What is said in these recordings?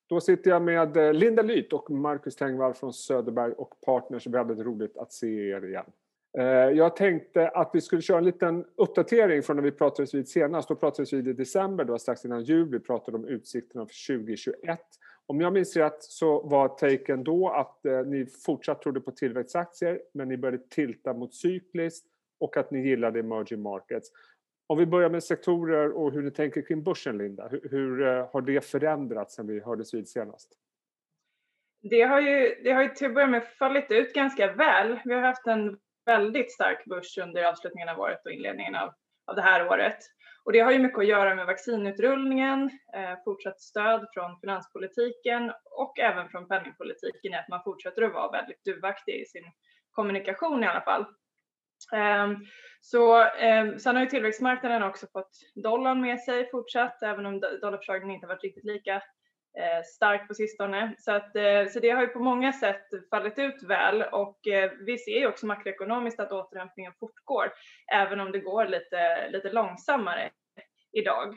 Då sitter jag med Linda Lyth och Marcus Tengvall från Söderberg och Partners. Väldigt roligt att se er igen. Jag tänkte att vi skulle köra en liten uppdatering från när vi pratades vid senast. Då pratades vi i december, då strax innan jul. Vi pratade om utsikterna för 2021. Om jag minns rätt så var taken då att ni fortsatt trodde på tillväxtaktier, men ni började tilta mot cykliskt och att ni gillade emerging markets. Om vi börjar med sektorer och hur ni tänker kring börsen, Linda. Hur har det förändrats sen vi hördes vid senast? Det har ju till att börja med fallit ut ganska väl. Vi har haft en väldigt stark börs under avslutningen av året och inledningen av det här året. Och det har ju mycket att göra med vaccinutrullningen, fortsatt stöd från finanspolitiken och även från penningpolitiken, att man fortsätter att vara väldigt duvaktig i sin kommunikation i alla fall. Sen har ju tillväxtmarknaden också fått dollarn med sig fortsatt, även om dollarförsvagningen inte har varit riktigt lika stark på sistone. Så det har ju på många sätt fallit ut väl, och vi ser ju också makroekonomiskt att återhämtningen fortgår, även om det går lite långsammare idag.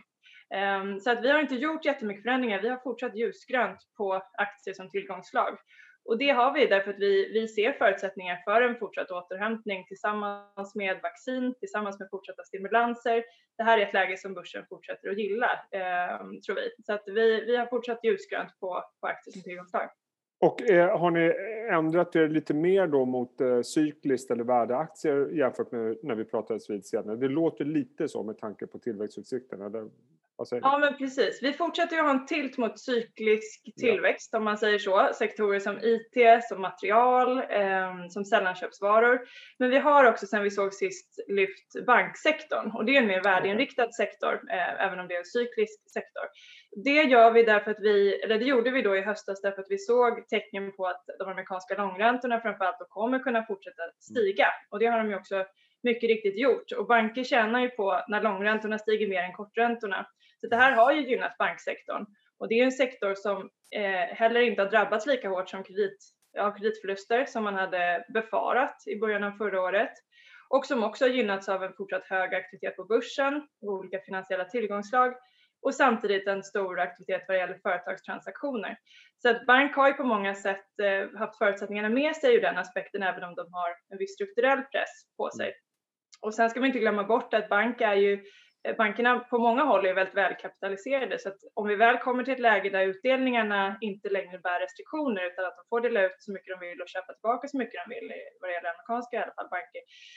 Så att vi har inte gjort jättemycket förändringar. Vi har fortsatt ljusgrönt på aktier som tillgångsslag. Och det har vi därför att vi ser förutsättningar för en fortsatt återhämtning tillsammans med vaccin, tillsammans med fortsatta stimulanser. Det här är ett läge som börsen fortsätter att gilla, tror vi. Så att vi har fortsatt ljusgrönt på aktier som tillgångsslag. Och har ni ändrat er lite mer då mot cykliskt eller värdeaktier jämfört med när vi pratades vid senare? Det låter lite så med tanke på tillväxtutsikterna. Ja, men precis. Vi fortsätter ju ha en tilt mot cyklisk tillväxt, om man säger så. Sektorer som IT, som material, som sällanköpsvaror. Men vi har också, sen vi såg sist, lyft banksektorn. Och det är en mer värdeinriktad sektor, även om det är en cyklisk sektor. Det gör vi därför att det gjorde vi då i höstas därför att vi såg tecken på att de amerikanska långräntorna framförallt då kommer kunna fortsätta stiga. Och det har de ju också mycket riktigt gjort. Och banker tjänar ju på när långräntorna stiger mer än korträntorna. Så det här har ju gynnat banksektorn. Och det är en sektor som heller inte har drabbats lika hårt som kreditförluster som man hade befarat i början av förra året. Och som också har gynnats av en fortsatt hög aktivitet på börsen och olika finansiella tillgångslag. Och samtidigt en stor aktivitet vad gäller företagstransaktioner. Så att bank har ju på många sätt haft förutsättningarna med sig ur den aspekten, även om de har en viss strukturell press på sig. Och sen ska man inte glömma bort att bankerna på många håll är väldigt välkapitaliserade, så att om vi väl kommer till ett läge där utdelningarna inte längre bär restriktioner utan att de får dela ut så mycket de vill och köpa tillbaka så mycket de vill, vad det gäller amerikanska i alla fall banker,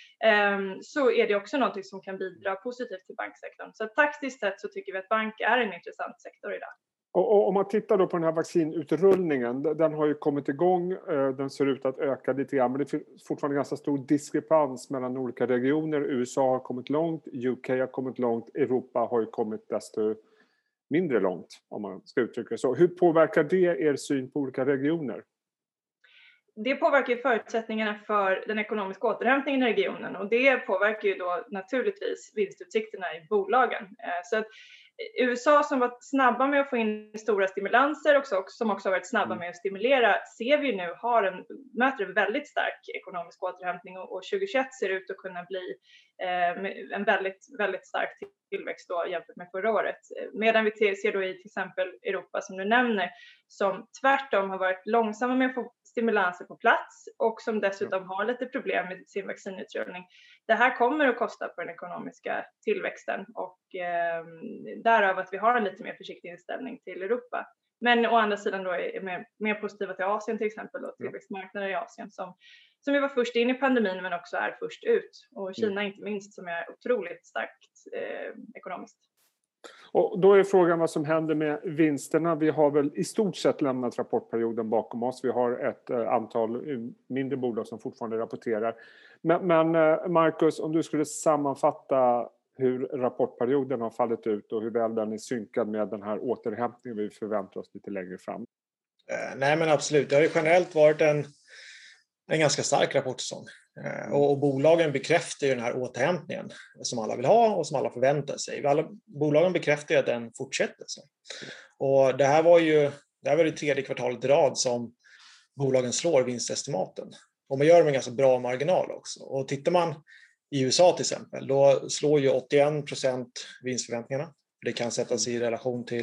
så är det också någonting som kan bidra positivt till banksektorn. Så taktiskt sett så tycker vi att bank är en intressant sektor idag. Och om man tittar då på den här vaccinutrullningen, den har ju kommit igång, den ser ut att öka lite grann, men det finns fortfarande ganska stor diskrepans mellan olika regioner. USA har kommit långt, UK har kommit långt, Europa har ju kommit desto mindre långt, om man ska uttrycka det så. Hur påverkar det er syn på olika regioner? Det påverkar ju förutsättningarna för den ekonomiska återhämtningen i regionen, och det påverkar ju då naturligtvis vinstutsikterna i bolagen. Så att USA som var snabba med att få in stora stimulanser och som också har varit snabba med att stimulera, ser vi nu möter en väldigt stark ekonomisk återhämtning, och 2021 ser ut att kunna bli en väldigt, väldigt stark tillväxt då jämfört med förra året. Medan vi ser då i till exempel Europa som du nämner, som tvärtom har varit långsamma med att få stimulanser på plats och som dessutom har lite problem med sin vaccinutrullning. Det här kommer att kosta på den ekonomiska tillväxten, och därav att vi har en lite mer försiktig inställning till Europa. Men å andra sidan då är mer positiva till Asien till exempel, och tillväxtmarknader i Asien som vi var först in i pandemin men också är först ut. Och Kina inte minst, som är otroligt starkt ekonomiskt. Och då är frågan vad som händer med vinsterna. Vi har väl i stort sett lämnat rapportperioden bakom oss. Vi har ett antal mindre bolag som fortfarande rapporterar. Men Marcus, om du skulle sammanfatta hur rapportperioden har fallit ut och hur väl den är synkad med den här återhämtningen vi förväntar oss lite längre fram. Nej, men absolut. Det har ju generellt varit en ganska stark rapportsäsong. Och bolagen bekräftar ju den här återhämtningen som alla vill ha och som alla förväntar sig. Bolagen bekräftar ju att den fortsätter. Och det här var det tredje kvartalet i rad som bolagen slår vinstestimaten. Och man gör det med en ganska bra marginal också. Och tittar man i USA till exempel, då slår ju 81% vinstförväntningarna. Det kan sättas i relation till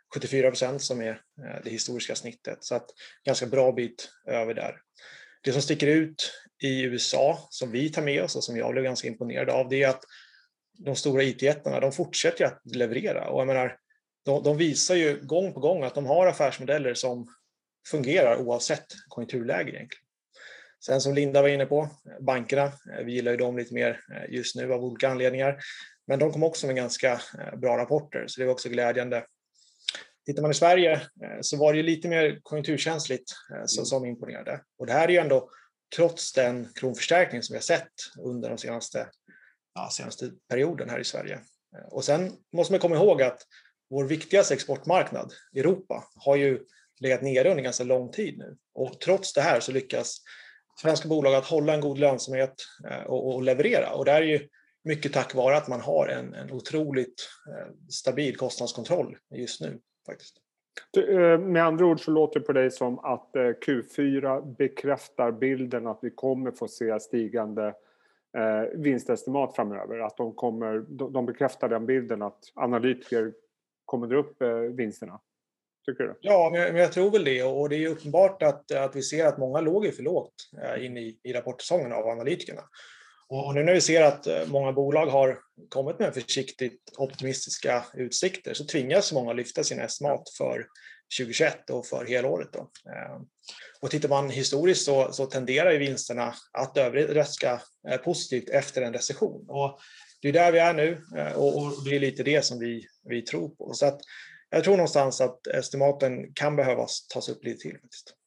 74% som är det historiska snittet. Så att ganska bra bit över där. Det som sticker ut i USA som vi tar med oss och som jag blev ganska imponerad av, det är att de stora IT-jättarna, de fortsätter att leverera. Och jag menar, de visar ju gång på gång att de har affärsmodeller som fungerar oavsett konjunkturläge egentligen. Sen som Linda var inne på, bankerna, vi gillar ju dem lite mer just nu av olika anledningar. Men de kom också med ganska bra rapporter, så det var också glädjande. Tittar man i Sverige så var det ju lite mer konjunkturkänsligt som imponerade. Och det här är ju ändå trots den kronförstärkning som vi har sett under de senaste perioden här i Sverige. Och sen måste man komma ihåg att vår viktigaste exportmarknad, Europa, har ju legat nere under ganska lång tid nu. Och trots det här så lyckas svenska bolag att hålla en god lönsamhet och leverera. Och det är ju mycket tack vare att man har en otroligt stabil kostnadskontroll just nu faktiskt. Med andra ord så låter det på dig som att Q4 bekräftar bilden att vi kommer få se stigande vinstestimat framöver. Att de bekräftar den bilden att analytiker kommer dra upp vinsterna. Tycker du? Ja, men jag tror väl det. Och det är uppenbart att vi ser att många låg för lågt in i rapportsäsongen av analytikerna. Och nu när vi ser att många bolag har kommit med försiktigt optimistiska utsikter så tvingas många lyfta sin estimat för 2021 och för helåret. Då. Och tittar man historiskt så tenderar ju vinsterna att överraska positivt efter en recession. Och det är där vi är nu och det är lite det som vi tror på. Så att jag tror någonstans att estimaten kan behövas tas upp lite till. Faktiskt.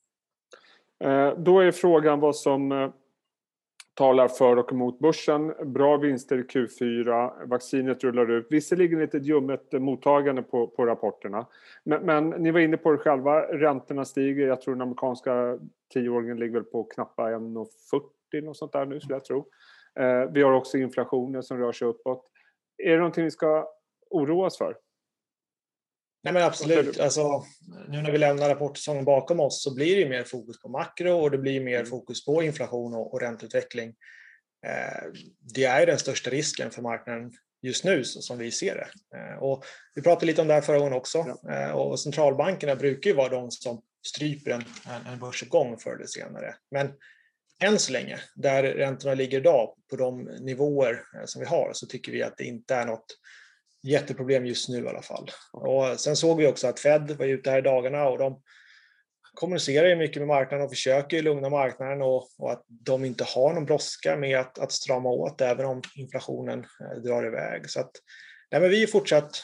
Då är frågan vad som talar för och emot börsen. Bra vinster i Q4, vaccinet rullar ut. Visserligen lite ljummet mottagande på rapporterna. Men ni var inne på det själva, räntorna stiger. Jag tror den amerikanska 10-åringen ligger väl på knappt 1,40 och sånt där nu skulle jag tro. Vi har också inflationen som rör sig uppåt. Är det någonting vi ska oroa oss för? Nej men absolut, alltså, nu när vi lämnar rapportsäsongen bakom oss så blir det mer fokus på makro och det blir mer fokus på inflation och ränteutveckling. Det är den största risken för marknaden just nu som vi ser det. Och vi pratade lite om det här förra gången också. Och centralbankerna brukar ju vara de som stryper en börsuppgång förr eller senare. Men än så länge, där räntorna ligger idag på de nivåer som vi har så tycker vi att det inte är något jätteproblem just nu i alla fall. Och sen såg vi också att Fed var ute här i dagarna och de kommunicerar ju mycket med marknaden och försöker lugna marknaden och att de inte har någon brådska med att strama åt även om inflationen drar iväg. Så att nej, men vi är fortsatt,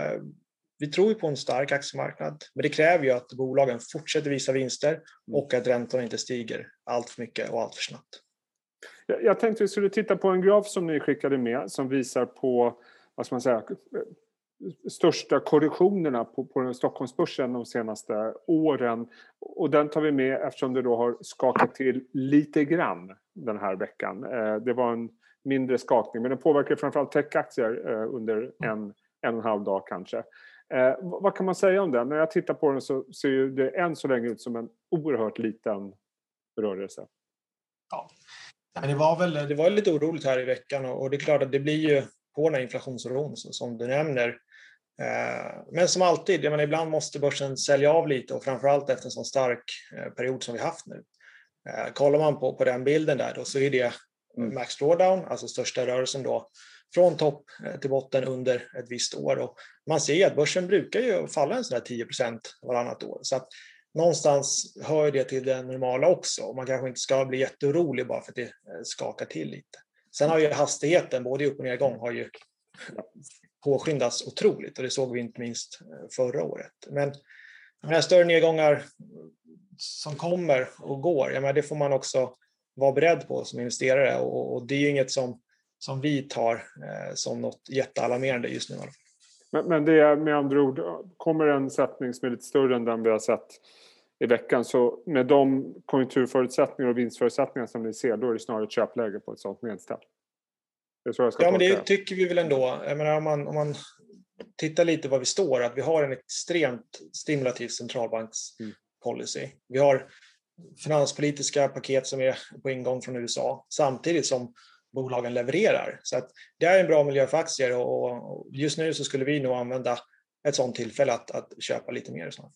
vi tror ju på en stark aktiemarknad, men det kräver ju att bolagen fortsätter visa vinster och att räntorna inte stiger allt för mycket och allt för snabbt. Jag tänkte vi skulle titta på en graf som ni skickade med som visar på vad ska man säga, största korrektionerna på den Stockholmsbörsen de senaste åren. Och den tar vi med eftersom det då har skakat till lite grann den här veckan. Det var en mindre skakning, men den påverkar framförallt techaktier under en och en halv dag kanske. Vad kan man säga om den? När jag tittar på den så ser ju det än så länge ut som en oerhört liten rörelse. Ja, men det var lite oroligt här i veckan och det är klart att det blir ju på den här inflationsoron som du nämner. Men som alltid, jag menar, ibland måste börsen sälja av lite och framförallt efter en sån stark period som vi haft nu. Kollar man på den bilden där då så är det max drawdown, alltså största rörelsen då från topp till botten under ett visst år. Och man ser att börsen brukar ju falla en sån här 10% varannat år. Så att någonstans hör det till det normala också. Man kanske inte ska bli jätteorolig bara för att det skakar till lite. Sen har ju hastigheten, både i upp- och nedgång, har ju påskyndats otroligt. Och det såg vi inte minst förra året. Men de här större nedgångar som kommer och går, ja, men det får man också vara beredd på som investerare. Och det är ju inget som vi tar som något jättealarmerande just nu. Men det är med andra ord, kommer en sättning som är lite större än den vi har sett i veckan, så med de konjunkturförutsättningar och vinstförutsättningar som ni ser, då är det snarare ett köpläge på ett sådant nedställ. Ja, men det tycker vi väl ändå. Jag menar, om man tittar lite var vi står, att vi har en extremt stimulativ centralbankspolicy. Vi har finanspolitiska paket som är på ingång från USA, samtidigt som bolagen levererar. Så att det är en bra miljö för aktier och just nu så skulle vi nog använda ett sådant tillfälle att köpa lite mer i så fall.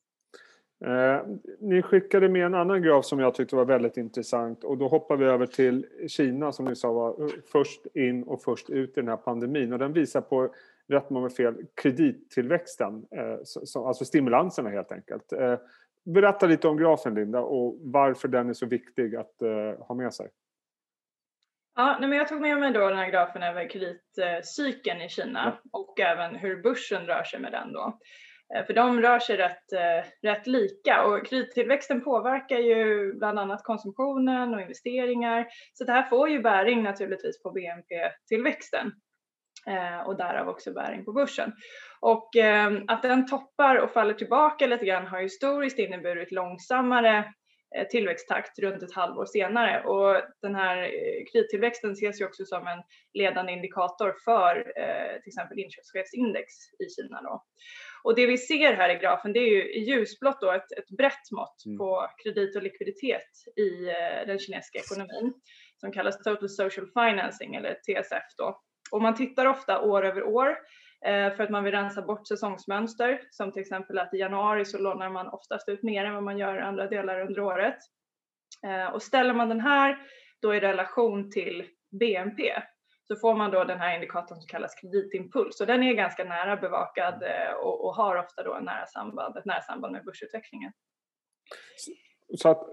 Ni skickade med en annan graf som jag tyckte var väldigt intressant, och då hoppar vi över till Kina som ni sa var först in och först ut i den här pandemin, och den visar på, rätt många fel, kredittillväxten, alltså stimulanserna helt enkelt. Berätta lite om grafen, Linda, och varför den är så viktig att ha med sig. Ja, men jag tog med mig då den här grafen över kreditcykeln i Kina och även hur börsen rör sig med den då. För de rör sig rätt lika, och kredittillväxten påverkar ju bland annat konsumtionen och investeringar. Så det här får ju bäring naturligtvis på BNP-tillväxten och därav också bäring på börsen. Och att den toppar och faller tillbaka lite grann har ju historiskt inneburit långsammare tillväxttakt runt ett halvår senare, och den här kredittillväxten ses ju också som en ledande indikator för till exempel inköpschefsindex i Kina då. Och det vi ser här i grafen, det är ju i ljusblått då ett brett mått på kredit och likviditet i den kinesiska ekonomin som kallas Total Social Financing eller TSF då. Och man tittar ofta år över år för att man vill rensa bort säsongsmönster, som till exempel att i januari så lånar man oftast ut mer än vad man gör andra delar under året. Och ställer man den här då i relation till BNP så får man då den här indikatorn som kallas kreditimpuls, och den är ganska nära bevakad och har ofta då ett nära samband med börsutvecklingen. Så att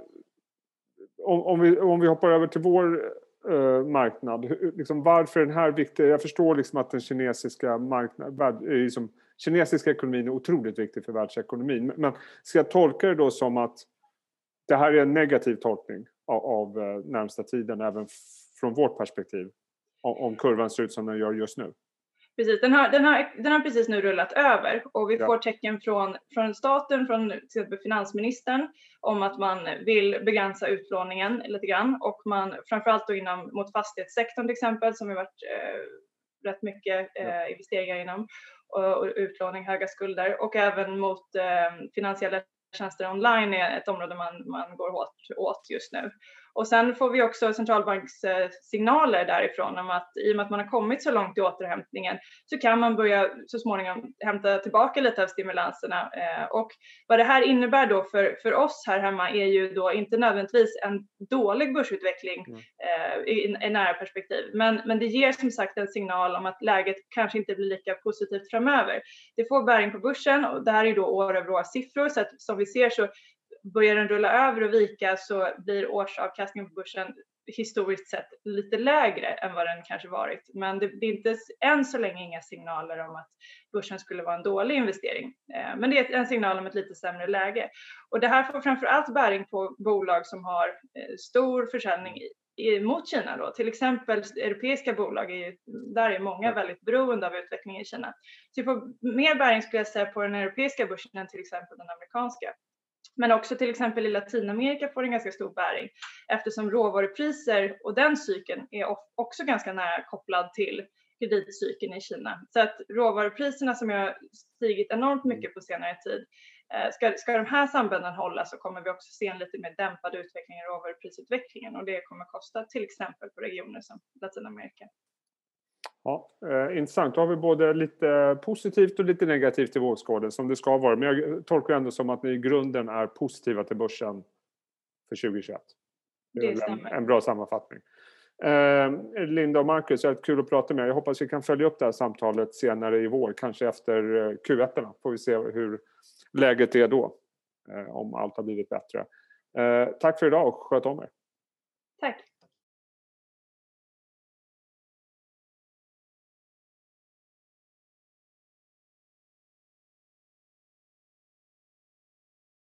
om vi hoppar över till vår marknad, liksom varför är den här viktig? Jag förstår liksom att den kinesiska kinesiska ekonomin är otroligt viktig för världsekonomin, men ska jag tolka det då som att det här är en negativ tolkning av närmsta tiden även från vårt perspektiv, om kurvan ser ut som den gör just nu? Precis, den har precis nu rullat över, och vi får tecken från staten, från till exempel finansministern, om att man vill begränsa utlåningen lite grann, och man framförallt då mot fastighetssektorn till exempel, som har varit rätt mycket investeringar inom och utlåning, höga skulder, och även mot finansiella tjänster online är ett område man går hårt åt just nu. Och sen får vi också centralbankssignaler därifrån om att i och med att man har kommit så långt i återhämtningen så kan man börja så småningom hämta tillbaka lite av stimulanserna. Och vad det här innebär då för oss här hemma är ju då inte nödvändigtvis en dålig börsutveckling i nära perspektiv. Men det ger som sagt en signal om att läget kanske inte blir lika positivt framöver. Det får bäring på börsen, och det här är då år över år siffror, så att som vi ser så börjar den rulla över och vika så blir årsavkastningen på börsen historiskt sett lite lägre än vad den kanske varit. Men det är inte än så länge inga signaler om att börsen skulle vara en dålig investering. Men det är en signal om ett lite sämre läge. Och det här får framförallt bäring på bolag som har stor försäljning mot Kina då. Till exempel europeiska bolag, där är många väldigt beroende av utvecklingen i Kina. Så vi får mer bäring skulle jag säga på den europeiska börsen än till exempel den amerikanska. Men också till exempel i Latinamerika får en ganska stor bäring, eftersom råvarupriser och den cykeln är också ganska nära kopplad till kreditcykeln i Kina. Så att råvarupriserna som har stigit enormt mycket på senare tid, ska de här sambanden hålla så kommer vi också se en lite mer dämpad utveckling i råvaruprisutvecklingen, och det kommer kosta till exempel på regioner som Latinamerika. Ja, intressant. Då har vi både lite positivt och lite negativt i vågskålen som det ska vara. Men jag tolkar ändå som att ni i grunden är positiva till börsen för 2021. Det är en bra sammanfattning. Linda och Marcus, det är kul att prata med er. Jag hoppas vi kan följa upp det här samtalet senare i vår. Kanske efter Q1. Får vi se hur läget är då. Om allt har blivit bättre. Tack för idag och sköt om er. Tack.